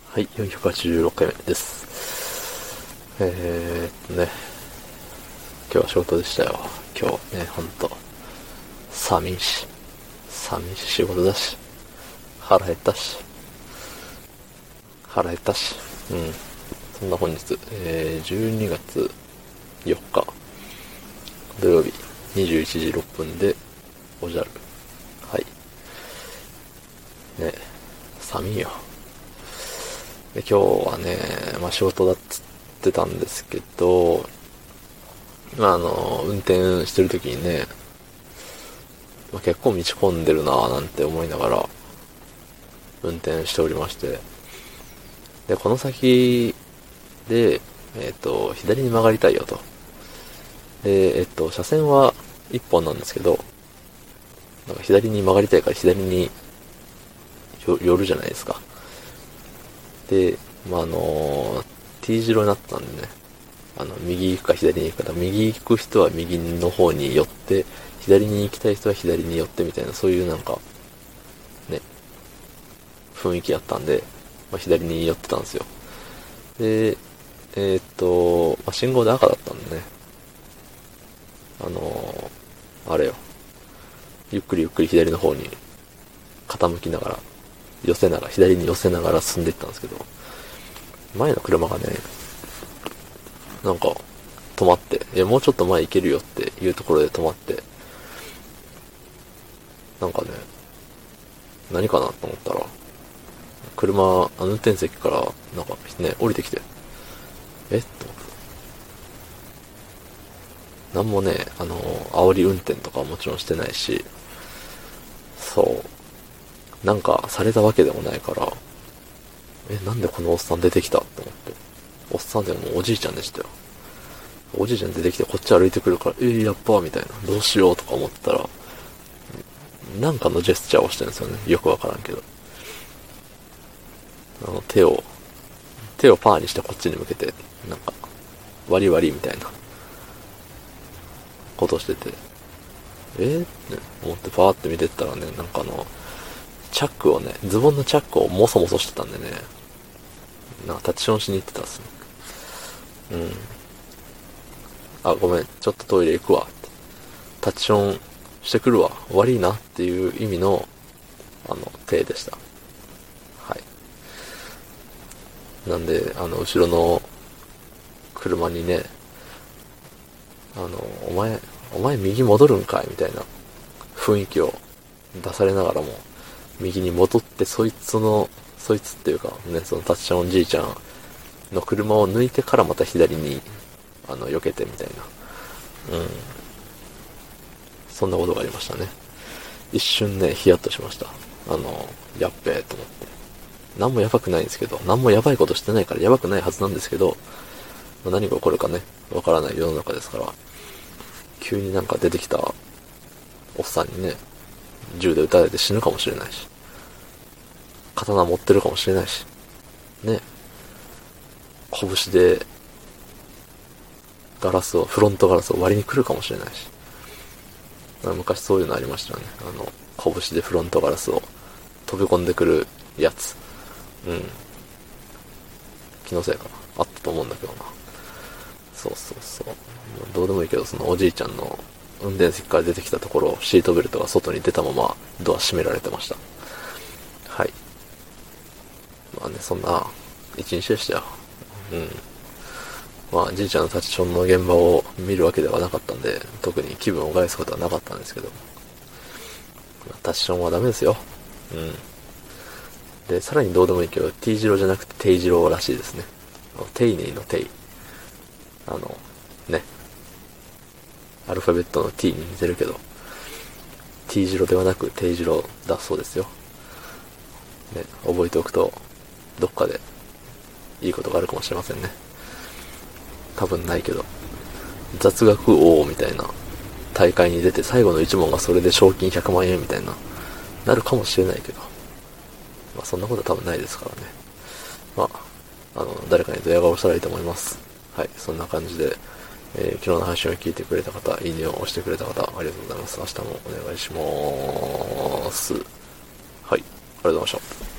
はい、486回目です。今日は仕事でしたよ。今日ね、ほんと、寒いし仕事だし、腹減ったし、うん。そんな本日、12月4日、土曜日、21時6分で、おじゃる。はい。ね、寒いよ。で今日はね、仕事だっつってたんですけど、運転してる時にね、結構道込んでるなぁなんて思いながら、運転しておりまして、で、この先で、左に曲がりたいよと。で、車線は一本なんですけど、なんか左に曲がりたいから左に寄るじゃないですか。で、T 字路になったんでね、右行くか左に行くか、右行く人は右の方に寄って、左に行きたい人は左に寄ってみたいな、そういうなんか、ね、雰囲気やったんで、左に寄ってたんですよ。で、信号で赤だったんでね、あれよ、ゆっくり左の方に傾きながら、左に寄せながら進んでいったんですけど、前の車がね、なんか、止まって、もうちょっと前行けるよっていうところで止まって、なんかね、何かなと思ったら、運転席から、なんかね、降りてきて、と思って。なんもね、煽り運転とかはもちろんしてないし、そう、なんかされたわけでもないから、なんでこのおっさん出てきたと思って。おっさんでもおじいちゃんでしたよ。おじいちゃん出てきてこっち歩いてくるから、やっばみたいな。どうしようとか思ったら、なんかのジェスチャーをしてるんですよね。よくわからんけど。手をパーにしてこっちに向けて、なんか、割り割りみたいなことをしてて、って思ってパーって見てったらね、なんかチャックをね、ズボンのチャックをもそもそしてたんでね、なんかタッチションしに行ってたっすね。うん。ごめん、ちょっとトイレ行くわって。タッチションしてくるわ。悪いなっていう意味の、手でした。はい。なんで、後ろの車にね、あの、お前、お前右戻るんかいみたいな雰囲気を出されながらも、右に戻って、そいつっていうか、ね、そのタッチションじいちゃんの車を抜いてからまた左に、避けてみたいな。うん。そんなことがありましたね。一瞬ね、ヒヤッとしました。やっべえと思って。何もやばくないんですけど、何もやばいことしてないからやばくないはずなんですけど、何が起こるかね、わからない世の中ですから、急になんか出てきたおっさんにね、銃で撃たれて死ぬかもしれないし、刀持ってるかもしれないし、ね、拳でフロントガラスを割りに来るかもしれないし、昔そういうのありましたよね。拳でフロントガラスを飛び込んでくるやつ。うん。気のせいかな。あったと思うんだけどな。そう。どうでもいいけど、そのおじいちゃんの運転席から出てきたところ、シートベルトが外に出たままドア閉められてました。はい。そんな一日でしたよ。うん。じいちゃんのタッチションの現場を見るわけではなかったんで、特に気分を害すことはなかったんですけど、タッチションはダメですよ。うん。で、さらにどうでもいいけど、T 字路じゃなくて定字路らしいですね。丁寧の丁。ね。アルファベットの T に似てるけど、T 字路ではなく定字路だそうですよ。ね、覚えておくと、どっかでいいことがあるかもしれませんね。多分ないけど。雑学王みたいな大会に出て最後の一問がそれで賞金100万円みたいな、なるかもしれないけど。そんなことは多分ないですからね。誰かにドヤ顔したらいいと思います。はい、そんな感じで、昨日の配信を聞いてくれた方、いいねを押してくれた方、ありがとうございます。明日もお願いします。はい、ありがとうございました。